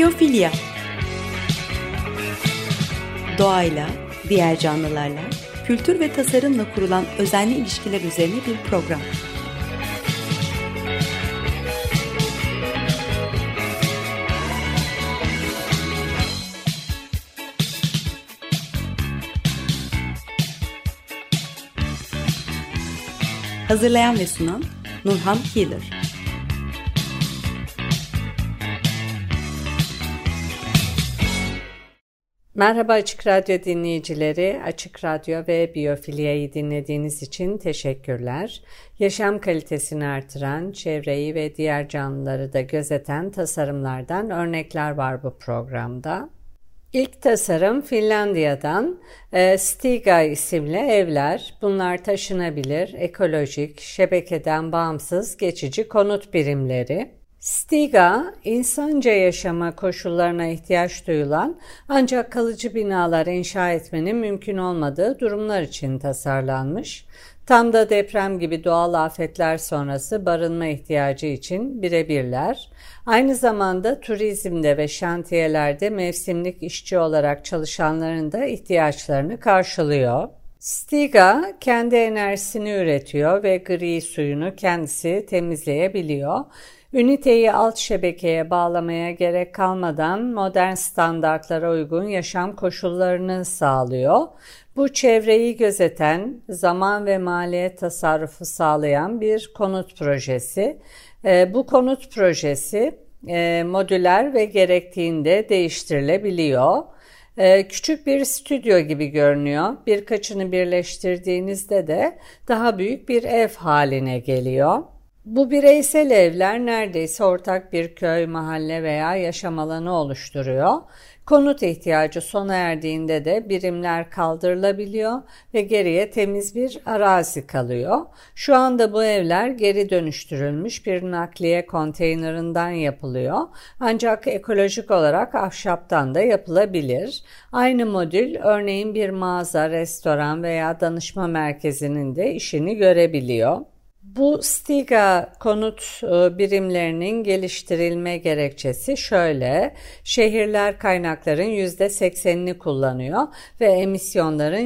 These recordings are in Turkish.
Biyofilya. Doğayla, diğer canlılarla, kültür ve tasarımla kurulan özenli ilişkiler üzerine bir program. Hazırlayan ve sunan Nurhan Healer. Merhaba Açık Radyo dinleyicileri, Açık Radyo ve Biyofilya'yı dinlediğiniz için teşekkürler. Yaşam kalitesini artıran, çevreyi ve diğer canlıları da gözeten tasarımlardan örnekler var bu programda. İlk tasarım Finlandiya'dan Stiga isimli evler. Bunlar taşınabilir, ekolojik, şebekeden bağımsız geçici konut birimleri. Stiga, insanca yaşama koşullarına ihtiyaç duyulan ancak kalıcı binalar inşa etmenin mümkün olmadığı durumlar için tasarlanmış. Tam da deprem gibi doğal afetler sonrası barınma ihtiyacı için birebirler. Aynı zamanda turizmde ve şantiyelerde mevsimlik işçi olarak çalışanların da ihtiyaçlarını karşılıyor. Stiga kendi enerjisini üretiyor ve gri suyunu kendisi temizleyebiliyor. Üniteyi alt şebekeye bağlamaya gerek kalmadan modern standartlara uygun yaşam koşullarını sağlıyor. Bu çevreyi gözeten, zaman ve maliyet tasarrufu sağlayan bir konut projesi. Bu konut projesi modüler ve gerektiğinde değiştirilebiliyor. Küçük bir stüdyo gibi görünüyor. Birkaçını birleştirdiğinizde de daha büyük bir ev haline geliyor. Bu bireysel evler neredeyse ortak bir köy, mahalle veya yaşam alanı oluşturuyor. Konut ihtiyacı sona erdiğinde de birimler kaldırılabiliyor ve geriye temiz bir arazi kalıyor. Şu anda bu evler geri dönüştürülmüş bir nakliye konteynerinden yapılıyor. Ancak ekolojik olarak ahşaptan da yapılabilir. Aynı modül örneğin bir mağaza, restoran veya danışma merkezinin de işini görebiliyor. Bu Stiga konut birimlerinin geliştirilme gerekçesi şöyle: şehirler kaynakların %80'ini kullanıyor ve emisyonların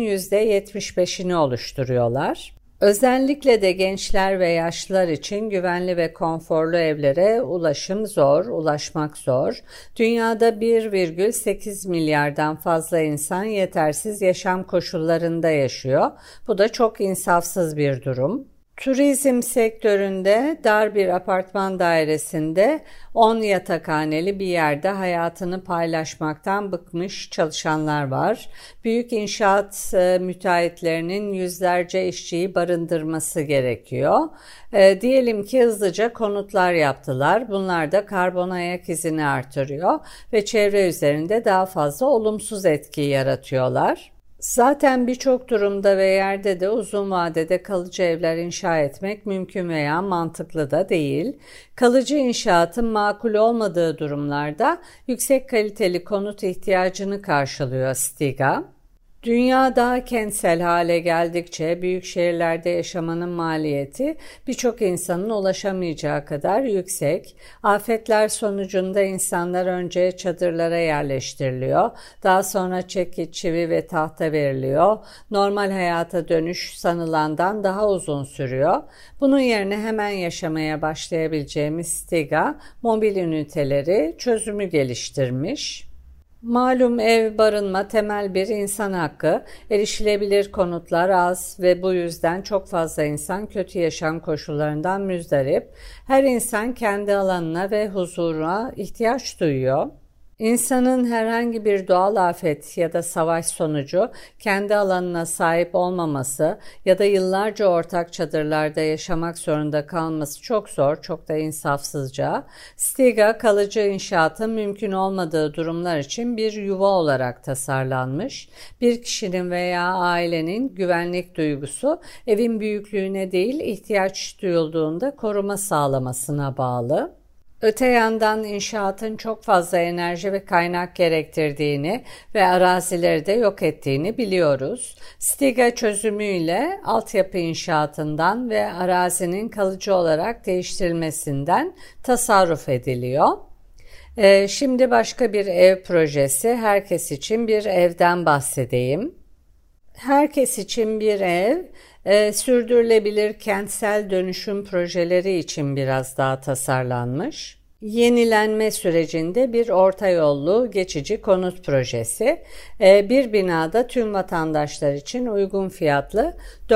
%75'ini oluşturuyorlar. Özellikle de gençler ve yaşlılar için güvenli ve konforlu evlere ulaşmak zor. Dünyada 1,8 milyardan fazla insan yetersiz yaşam koşullarında yaşıyor. Bu da çok insafsız bir durum. Turizm sektöründe dar bir apartman dairesinde 10 yatakhaneli bir yerde hayatını paylaşmaktan bıkmış çalışanlar var. Büyük inşaat müteahhitlerinin yüzlerce işçiyi barındırması gerekiyor. Diyelim ki hızlıca konutlar yaptılar. Bunlar da karbon ayak izini artırıyor ve çevre üzerinde daha fazla olumsuz etki yaratıyorlar. Zaten birçok durumda ve yerde de uzun vadede kalıcı evler inşa etmek mümkün veya mantıklı da değil. Kalıcı inşaatın makul olmadığı durumlarda yüksek kaliteli konut ihtiyacını karşılıyor Stiga. Dünya daha kentsel hale geldikçe büyük şehirlerde yaşamanın maliyeti birçok insanın ulaşamayacağı kadar yüksek. Afetler sonucunda insanlar önce çadırlara yerleştiriliyor. Daha sonra çekiç, çivi ve tahta veriliyor. Normal hayata dönüş sanılandan daha uzun sürüyor. Bunun yerine hemen yaşamaya başlayabileceğimiz Stiga mobil üniteleri çözümü geliştirmiş. Malum ev, barınma temel bir insan hakkı, erişilebilir konutlar az ve bu yüzden çok fazla insan kötü yaşam koşullarından müzdarip. Her insan kendi alanına ve huzuruna ihtiyaç duyuyor. İnsanın herhangi bir doğal afet ya da savaş sonucu kendi alanına sahip olmaması ya da yıllarca ortak çadırlarda yaşamak zorunda kalması çok zor, çok da insafsızca. Stiga kalıcı inşaatın mümkün olmadığı durumlar için bir yuva olarak tasarlanmış. Bir kişinin veya ailenin güvenlik duygusu evin büyüklüğüne değil, ihtiyaç duyulduğunda koruma sağlamasına bağlı. Öte yandan inşaatın çok fazla enerji ve kaynak gerektirdiğini ve arazileri de yok ettiğini biliyoruz. Stiga çözümüyle altyapı inşaatından ve arazinin kalıcı olarak değiştirilmesinden tasarruf ediliyor. Şimdi başka bir ev projesi, herkes için bir evden bahsedeyim. Herkes için bir ev, sürdürülebilir kentsel dönüşüm projeleri için biraz daha tasarlanmış. Yenilenme sürecinde bir orta yollu geçici konut projesi. Bir binada tüm vatandaşlar için uygun fiyatlı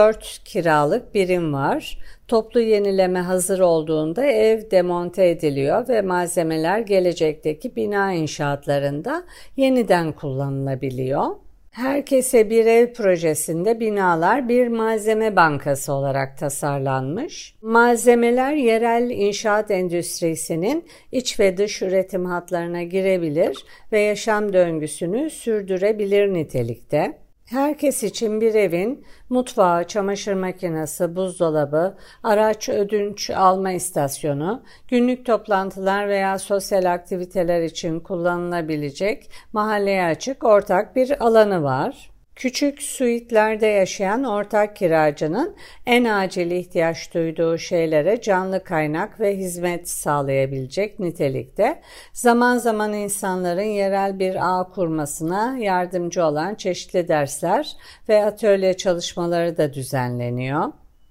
4 kiralık birim var. Toplu yenileme hazır olduğunda ev demonte ediliyor ve malzemeler gelecekteki bina inşaatlarında yeniden kullanılabiliyor. Herkese bir ev projesinde binalar bir malzeme bankası olarak tasarlanmış. Malzemeler yerel inşaat endüstrisinin iç ve dış üretim hatlarına girebilir ve yaşam döngüsünü sürdürebilir nitelikte. Herkes için bir evin mutfağı, çamaşır makinesi, buzdolabı, araç ödünç alma istasyonu, günlük toplantılar veya sosyal aktiviteler için kullanılabilecek mahalleye açık ortak bir alanı var. Küçük suitlerde yaşayan ortak kiracının en acil ihtiyaç duyduğu şeylere canlı kaynak ve hizmet sağlayabilecek nitelikte, zaman zaman insanların yerel bir ağ kurmasına yardımcı olan çeşitli dersler ve atölye çalışmaları da düzenleniyor.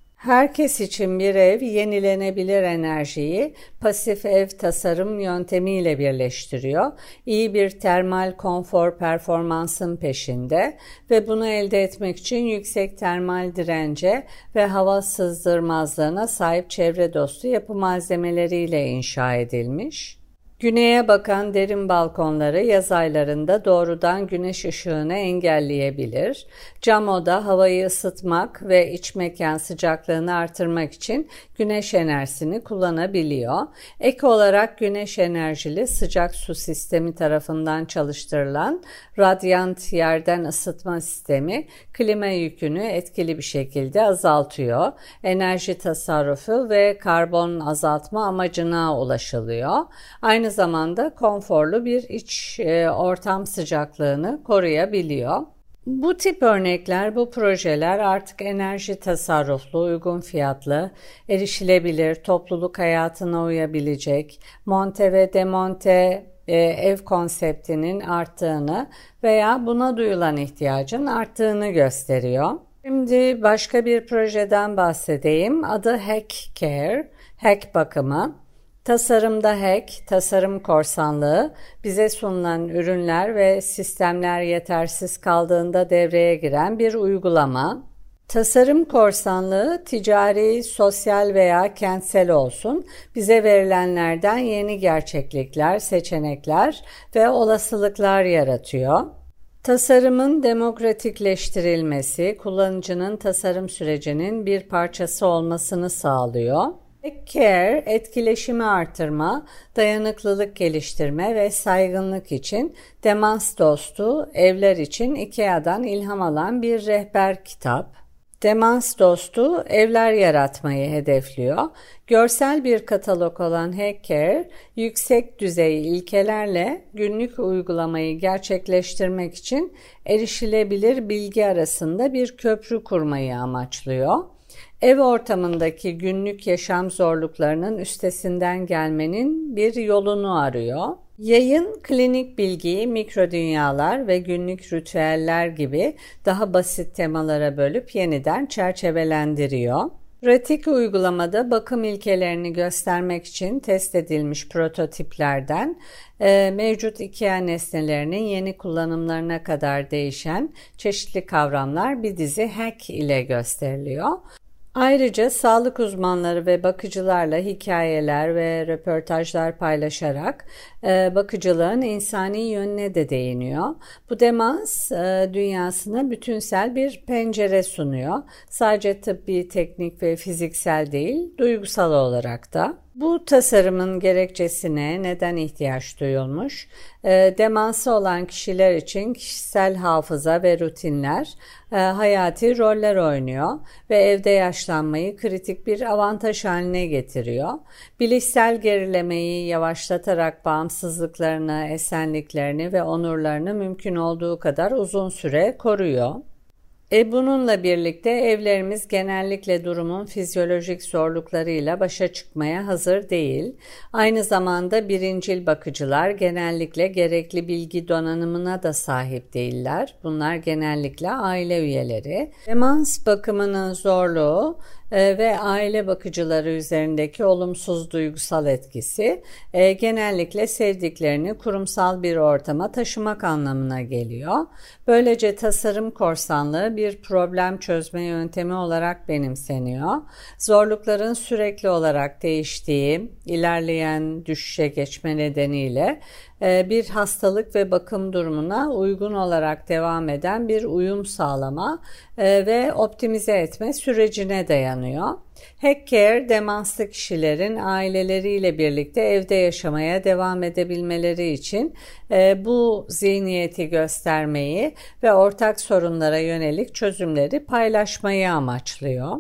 Herkes için bir ev yenilenebilir enerjiyi pasif ev tasarım yöntemiyle birleştiriyor. İyi bir termal konfor performansın peşinde ve bunu elde etmek için yüksek termal dirence ve hava sızdırmazlığına sahip çevre dostu yapı malzemeleriyle inşa edilmiş. Güneye bakan derin balkonları yaz aylarında doğrudan güneş ışığını engelleyebilir. Cam oda havayı ısıtmak ve iç mekan sıcaklığını artırmak için güneş enerjisini kullanabiliyor. Ek olarak güneş enerjili sıcak su sistemi tarafından çalıştırılan radyant yerden ısıtma sistemi klima yükünü etkili bir şekilde azaltıyor. Enerji tasarrufu ve karbon azaltma amacına ulaşılıyor. Aynı zamanda konforlu bir iç ortam sıcaklığını koruyabiliyor. Bu tip örnekler, bu projeler artık enerji tasarruflu, uygun fiyatlı, erişilebilir, topluluk hayatına uyabilecek, monte ve demonte ev konseptinin arttığını veya buna duyulan ihtiyacın arttığını gösteriyor. Şimdi başka bir projeden bahsedeyim. Adı Hack Care, hack bakımı. Tasarımda hack, tasarım korsanlığı, bize sunulan ürünler ve sistemler yetersiz kaldığında devreye giren bir uygulama. Tasarım korsanlığı ticari, sosyal veya kentsel olsun, bize verilenlerden yeni gerçeklikler, seçenekler ve olasılıklar yaratıyor. Tasarımın demokratikleştirilmesi, kullanıcının tasarım sürecinin bir parçası olmasını sağlıyor. Care, etkileşimi artırma, dayanıklılık geliştirme ve saygınlık için demans dostu, evler için IKEA'dan ilham alan bir rehber kitap. Demans dostu evler yaratmayı hedefliyor. Görsel bir katalog olan Hacker, yüksek düzey ilkelerle günlük uygulamayı gerçekleştirmek için erişilebilir bilgi arasında bir köprü kurmayı amaçlıyor. Ev ortamındaki günlük yaşam zorluklarının üstesinden gelmenin bir yolunu arıyor. Yayın klinik bilgiyi mikro dünyalar ve günlük ritüeller gibi daha basit temalara bölüp yeniden çerçevelendiriyor. Pratik uygulamada bakım ilkelerini göstermek için test edilmiş prototiplerden mevcut IKEA nesnelerinin yeni kullanımlarına kadar değişen çeşitli kavramlar bir dizi hack ile gösteriliyor. Ayrıca sağlık uzmanları ve bakıcılarla hikayeler ve röportajlar paylaşarak bakıcılığın insani yönüne de değiniyor. Bu demans dünyasına bütünsel bir pencere sunuyor. Sadece tıbbi, teknik ve fiziksel değil, duygusal olarak da. Bu tasarımın gerekçesine neden ihtiyaç duyulmuş? Demansı olan kişiler için kişisel hafıza ve rutinler hayati roller oynuyor ve evde yaşlanmayı kritik bir avantaj haline getiriyor. Bilişsel gerilemeyi yavaşlatarak bağımsızlıklarını, esenliklerini ve onurlarını mümkün olduğu kadar uzun süre koruyor. Bununla birlikte evlerimiz genellikle durumun fizyolojik zorluklarıyla başa çıkmaya hazır değil. Aynı zamanda birincil bakıcılar genellikle gerekli bilgi donanımına da sahip değiller. Bunlar genellikle aile üyeleri. Demans bakımının zorluğu ve aile bakıcıları üzerindeki olumsuz duygusal etkisi genellikle sevdiklerini kurumsal bir ortama taşımak anlamına geliyor. Böylece tasarım korsanlığı bir problem çözme yöntemi olarak benimseniyor. Zorlukların sürekli olarak değiştiği, ilerleyen düşüşe geçme nedeniyle bir hastalık ve bakım durumuna uygun olarak devam eden bir uyum sağlama ve optimize etme sürecine dayanıyor. Hackcare, demanslı kişilerin aileleriyle birlikte evde yaşamaya devam edebilmeleri için bu zihniyeti göstermeyi ve ortak sorunlara yönelik çözümleri paylaşmayı amaçlıyor.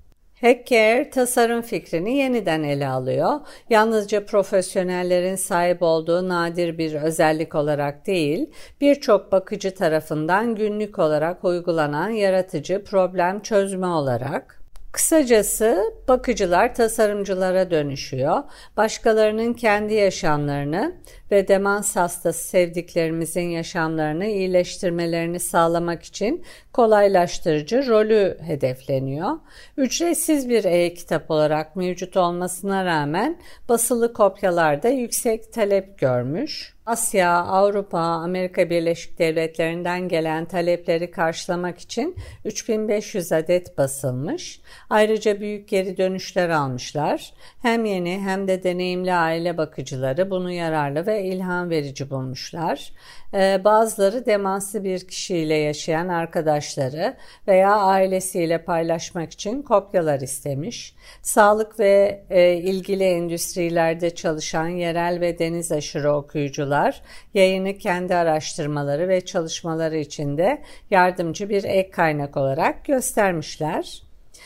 Hackcare tasarım fikrini yeniden ele alıyor. Yalnızca profesyonellerin sahip olduğu nadir bir özellik olarak değil, birçok bakıcı tarafından günlük olarak uygulanan yaratıcı problem çözme olarak. Kısacası bakıcılar tasarımcılara dönüşüyor. Başkalarının kendi yaşamlarını ve demans hastası sevdiklerimizin yaşamlarını iyileştirmelerini sağlamak için kolaylaştırıcı rolü hedefleniyor. Ücretsiz bir e-kitap olarak mevcut olmasına rağmen basılı kopyalarda yüksek talep görmüş. Asya, Avrupa, Amerika Birleşik Devletleri'nden gelen talepleri karşılamak için 3500 adet basılmış. Ayrıca büyük geri dönüşler almışlar. Hem yeni hem de deneyimli aile bakıcıları bunu yararlı ve ilham verici bulmuşlar. Bazıları demanslı bir kişiyle yaşayan arkadaşları veya ailesiyle paylaşmak için kopyalar istemiş. Sağlık ve ilgili endüstrilerde çalışan yerel ve deniz aşırı okuyucular yayını kendi araştırmaları ve çalışmaları için de yardımcı bir ek kaynak olarak göstermişler.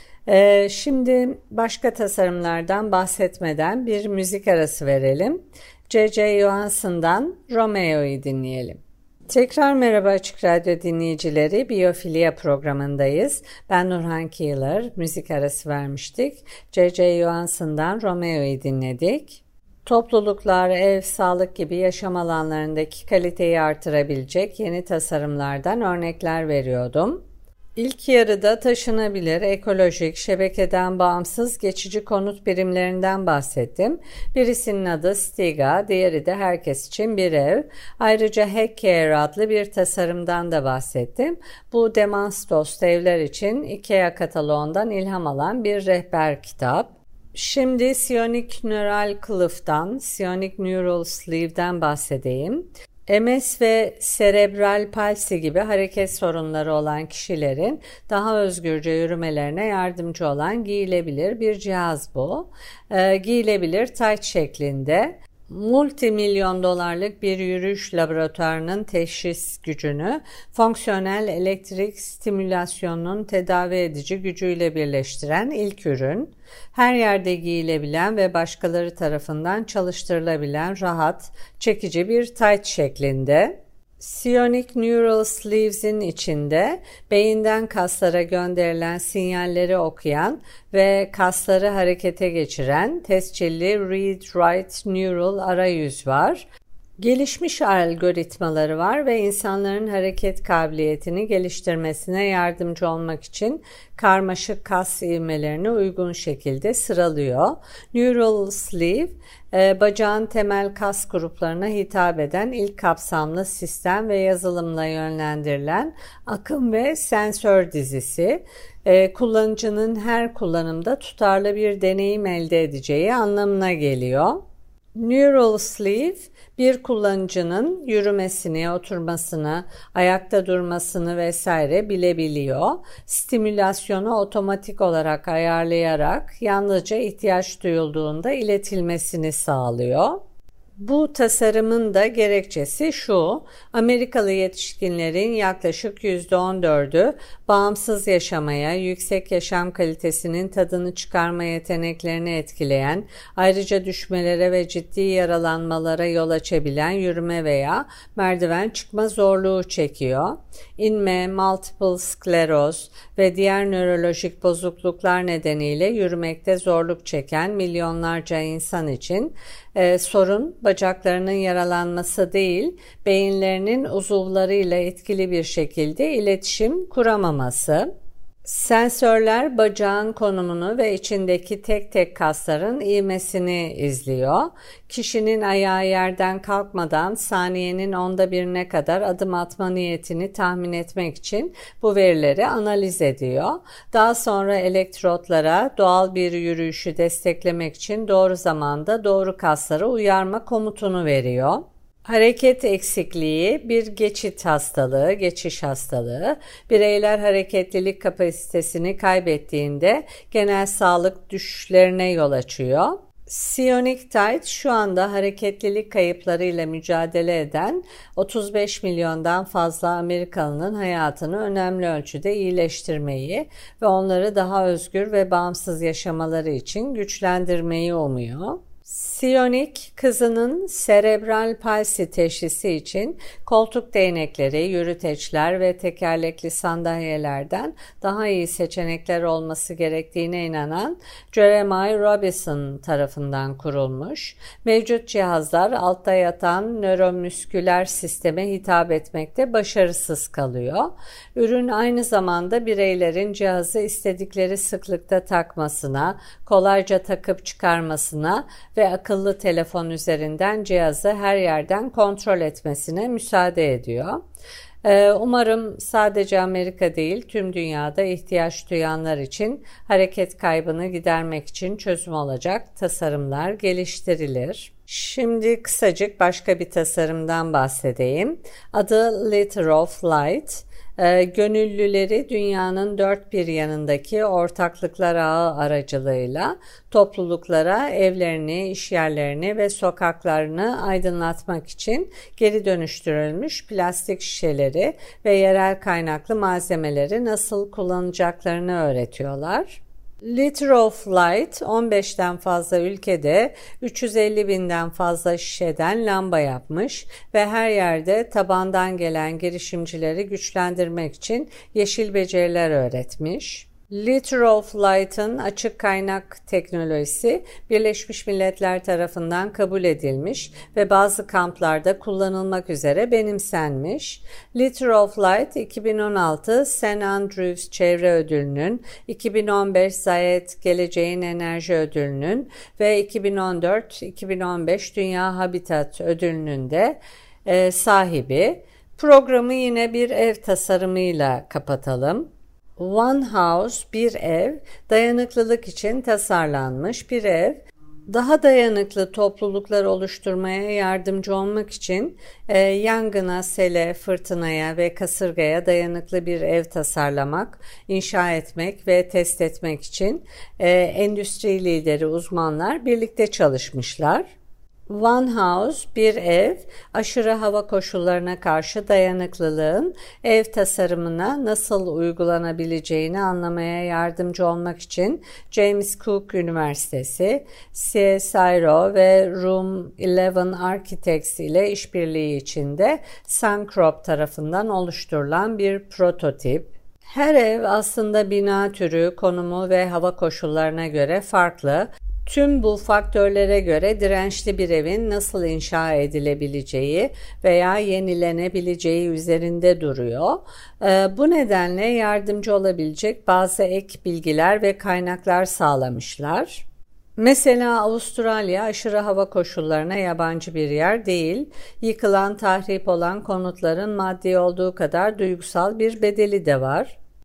Şimdi başka tasarımlardan bahsetmeden bir müzik arası verelim. J.J. Johansson'dan Romeo'yu dinleyelim. Tekrar merhaba Açık Radyo dinleyicileri, Biyofilya programındayız. Ben Nurhan Keeler, müzik arası vermiştik. J.J. Johansson'dan Romeo'yu dinledik. Topluluklar, ev, sağlık gibi yaşam alanlarındaki kaliteyi artırabilecek yeni tasarımlardan örnekler veriyordum. İlk yarıda taşınabilir, ekolojik, şebekeden bağımsız geçici konut birimlerinden bahsettim. Birisinin adı Stiga, diğeri de herkes için bir ev. Ayrıca Hackcare adlı bir tasarımdan da bahsettim. Bu demans dostu evler için IKEA kataloğundan ilham alan bir rehber kitap. Şimdi Sionic Neural Cliff'tan, Sionic Neural Sleeve'den bahsedeyim. MS ve serebral palsi gibi hareket sorunları olan kişilerin daha özgürce yürümelerine yardımcı olan giyilebilir bir cihaz bu. Giyilebilir tight şeklinde. Multimilyon dolarlık bir yürüyüş laboratuvarının teşhis gücünü fonksiyonel elektrik stimülasyonunun tedavi edici gücüyle birleştiren ilk ürün, her yerde giyilebilen ve başkaları tarafından çalıştırılabilen rahat, çekici bir tight şeklinde. Sionic Neural Sleeves'in içinde beyinden kaslara gönderilen sinyalleri okuyan ve kasları harekete geçiren tescilli Read-Write Neural arayüz var. Gelişmiş algoritmaları var ve insanların hareket kabiliyetini geliştirmesine yardımcı olmak için karmaşık kas ivmelerini uygun şekilde sıralıyor. Neural Sleeve, bacağın temel kas gruplarına hitap eden ilk kapsamlı sistem ve yazılımla yönlendirilen akım ve sensör dizisi, kullanıcının her kullanımda tutarlı bir deneyim elde edeceği anlamına geliyor. Neural Sleeve, bir kullanıcının yürümesini, oturmasını, ayakta durmasını vesaire bilebiliyor. Stimülasyonu otomatik olarak ayarlayarak yalnızca ihtiyaç duyulduğunda iletilmesini sağlıyor. Bu tasarımın da gerekçesi şu: Amerikalı yetişkinlerin yaklaşık %14'ü bağımsız yaşamaya, yüksek yaşam kalitesinin tadını çıkarma yeteneklerini etkileyen, ayrıca düşmelere ve ciddi yaralanmalara yol açabilen yürüme veya merdiven çıkma zorluğu çekiyor. İnme, multiple skleroz ve diğer nörolojik bozukluklar nedeniyle yürümekte zorluk çeken milyonlarca insan için sorun bacaklarının yaralanması değil, beyinlerinin uzuvlarıyla etkili bir şekilde iletişim kuramaması. Sensörler bacağın konumunu ve içindeki tek tek kasların ivmesini izliyor. Kişinin ayağı yerden kalkmadan saniyenin 1/10'ine kadar adım atma niyetini tahmin etmek için bu verileri analiz ediyor. Daha sonra elektrotlara doğal bir yürüyüşü desteklemek için doğru zamanda doğru kaslara uyarma komutunu veriyor. Hareket eksikliği bir geçiş hastalığı. Bireyler hareketlilik kapasitesini kaybettiğinde genel sağlık düşüşlerine yol açıyor. Sionic Tide şu anda hareketlilik kayıplarıyla mücadele eden 35 milyondan fazla Amerikalının hayatını önemli ölçüde iyileştirmeyi ve onları daha özgür ve bağımsız yaşamaları için güçlendirmeyi umuyor. Sionic, kızının serebral palsi teşhisi için koltuk değnekleri, yürüteçler ve tekerlekli sandalyelerden daha iyi seçenekler olması gerektiğine inanan Jeremiah Robinson tarafından kurulmuş. Mevcut cihazlar altta yatan nöromüsküler sisteme hitap etmekte başarısız kalıyor. Ürün aynı zamanda bireylerin cihazı istedikleri sıklıkta takmasına, kolayca takıp çıkarmasına ve akıllı telefon üzerinden cihazı her yerden kontrol etmesine müsaade ediyor. Umarım sadece Amerika değil, tüm dünyada ihtiyaç duyanlar için hareket kaybını gidermek için çözüm olacak tasarımlar geliştirilir. Şimdi kısacık başka bir tasarımdan bahsedeyim. Adı Litter of Light. Gönüllüleri dünyanın dört bir yanındaki ortaklıklar ağı aracılığıyla topluluklara evlerini, işyerlerini ve sokaklarını aydınlatmak için geri dönüştürülmüş plastik şişeleri ve yerel kaynaklı malzemeleri nasıl kullanacaklarını öğretiyorlar. Litter of Light 15'ten fazla ülkede 350 binden fazla şişeden lamba yapmış ve her yerde tabandan gelen girişimcileri güçlendirmek için yeşil beceriler öğretmiş. Litter of Light'ın açık kaynak teknolojisi Birleşmiş Milletler tarafından kabul edilmiş ve bazı kamplarda kullanılmak üzere benimsenmiş. Litter of Light 2016 St. Andrews Çevre Ödülü'nün, 2015 Zayed Geleceğin Enerji Ödülü'nün ve 2014-2015 Dünya Habitat Ödülü'nün de sahibi. Programı yine bir ev tasarımıyla kapatalım. One House, bir ev, dayanıklılık için tasarlanmış bir ev. Daha dayanıklı topluluklar oluşturmaya yardımcı olmak için yangına, sele, fırtınaya ve kasırgaya dayanıklı bir ev tasarlamak, inşa etmek ve test etmek için endüstri lideri uzmanlar birlikte çalışmışlar. One House, bir ev, aşırı hava koşullarına karşı dayanıklılığın ev tasarımına nasıl uygulanabileceğini anlamaya yardımcı olmak için James Cook Üniversitesi, CSIRO ve Room 11 Architects ile işbirliği içinde Suncorp tarafından oluşturulan bir prototip. Her ev aslında bina türü, konumu ve hava koşullarına göre farklı. Tüm bu faktörlere göre dirençli bir evin nasıl inşa edilebileceği veya yenilenebileceği üzerinde duruyor. Bu nedenle yardımcı olabilecek bazı ek bilgiler ve kaynaklar sağlamışlar. Mesela Avustralya aşırı hava koşullarına yabancı bir yer değil. Yıkılan, tahrip olan konutların maddi olduğu kadar duygusal bir bedeli de var.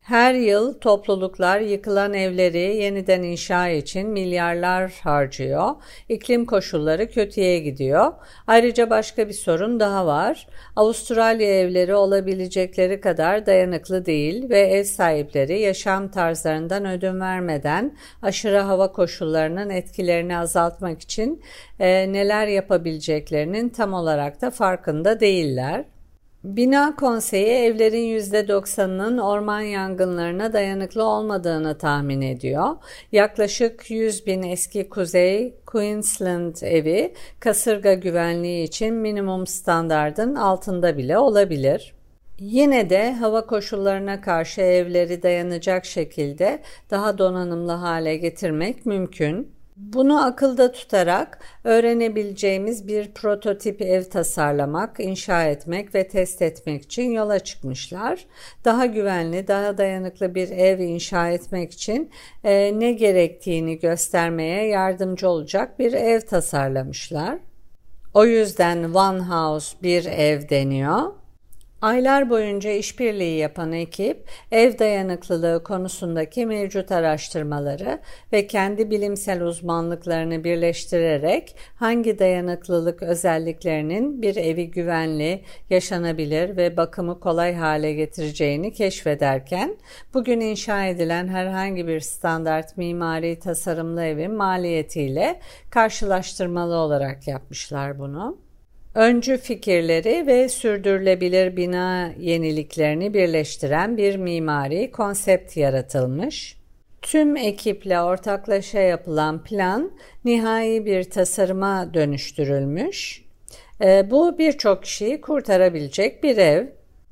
Her yıl topluluklar yıkılan evleri yeniden inşa için milyarlar harcıyor. İklim koşulları kötüye gidiyor. Ayrıca başka bir sorun daha var. Avustralya evleri olabilecekleri kadar dayanıklı değil ve ev sahipleri yaşam tarzlarından ödün vermeden aşırı hava koşullarının etkilerini azaltmak için neler yapabileceklerinin tam olarak da farkında değiller. Bina konseyi evlerin %90'ının orman yangınlarına dayanıklı olmadığını tahmin ediyor. Yaklaşık 100.000 eski Kuzey Queensland evi kasırga güvenliği için minimum standardın altında bile olabilir. Yine de hava koşullarına karşı evleri dayanacak şekilde daha donanımlı hale getirmek mümkün. Bunu akılda tutarak öğrenebileceğimiz bir prototip ev tasarlamak, inşa etmek ve test etmek için yola çıkmışlar. Daha güvenli, daha dayanıklı bir ev inşa etmek için ne gerektiğini göstermeye yardımcı olacak bir ev tasarlamışlar. O yüzden One House bir ev deniyor. Aylar boyunca işbirliği yapan ekip, ev dayanıklılığı konusundaki mevcut araştırmaları ve kendi bilimsel uzmanlıklarını birleştirerek hangi dayanıklılık özelliklerinin bir evi güvenli, yaşanabilir ve bakımı kolay hale getireceğini keşfederken, bugün inşa edilen herhangi bir standart mimari tasarımlı evin maliyetiyle karşılaştırmalı olarak yapmışlar bunu. Öncü fikirleri ve sürdürülebilir bina yeniliklerini birleştiren bir mimari konsept yaratılmış. Tüm ekiple ortaklaşa yapılan plan nihai bir tasarıma dönüştürülmüş. Bu birçok kişiyi kurtarabilecek bir ev.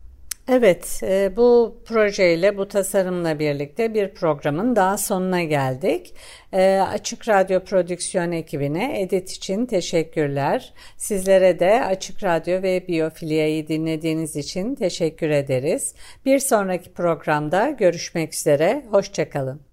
Evet, bu projeyle, bu tasarımla birlikte bir programın daha sonuna geldik. Açık Radyo Prodüksiyon ekibine edit için teşekkürler. Sizlere de Açık Radyo ve Biyofilia'yı dinlediğiniz için teşekkür ederiz. Bir sonraki programda görüşmek üzere, hoşça kalın.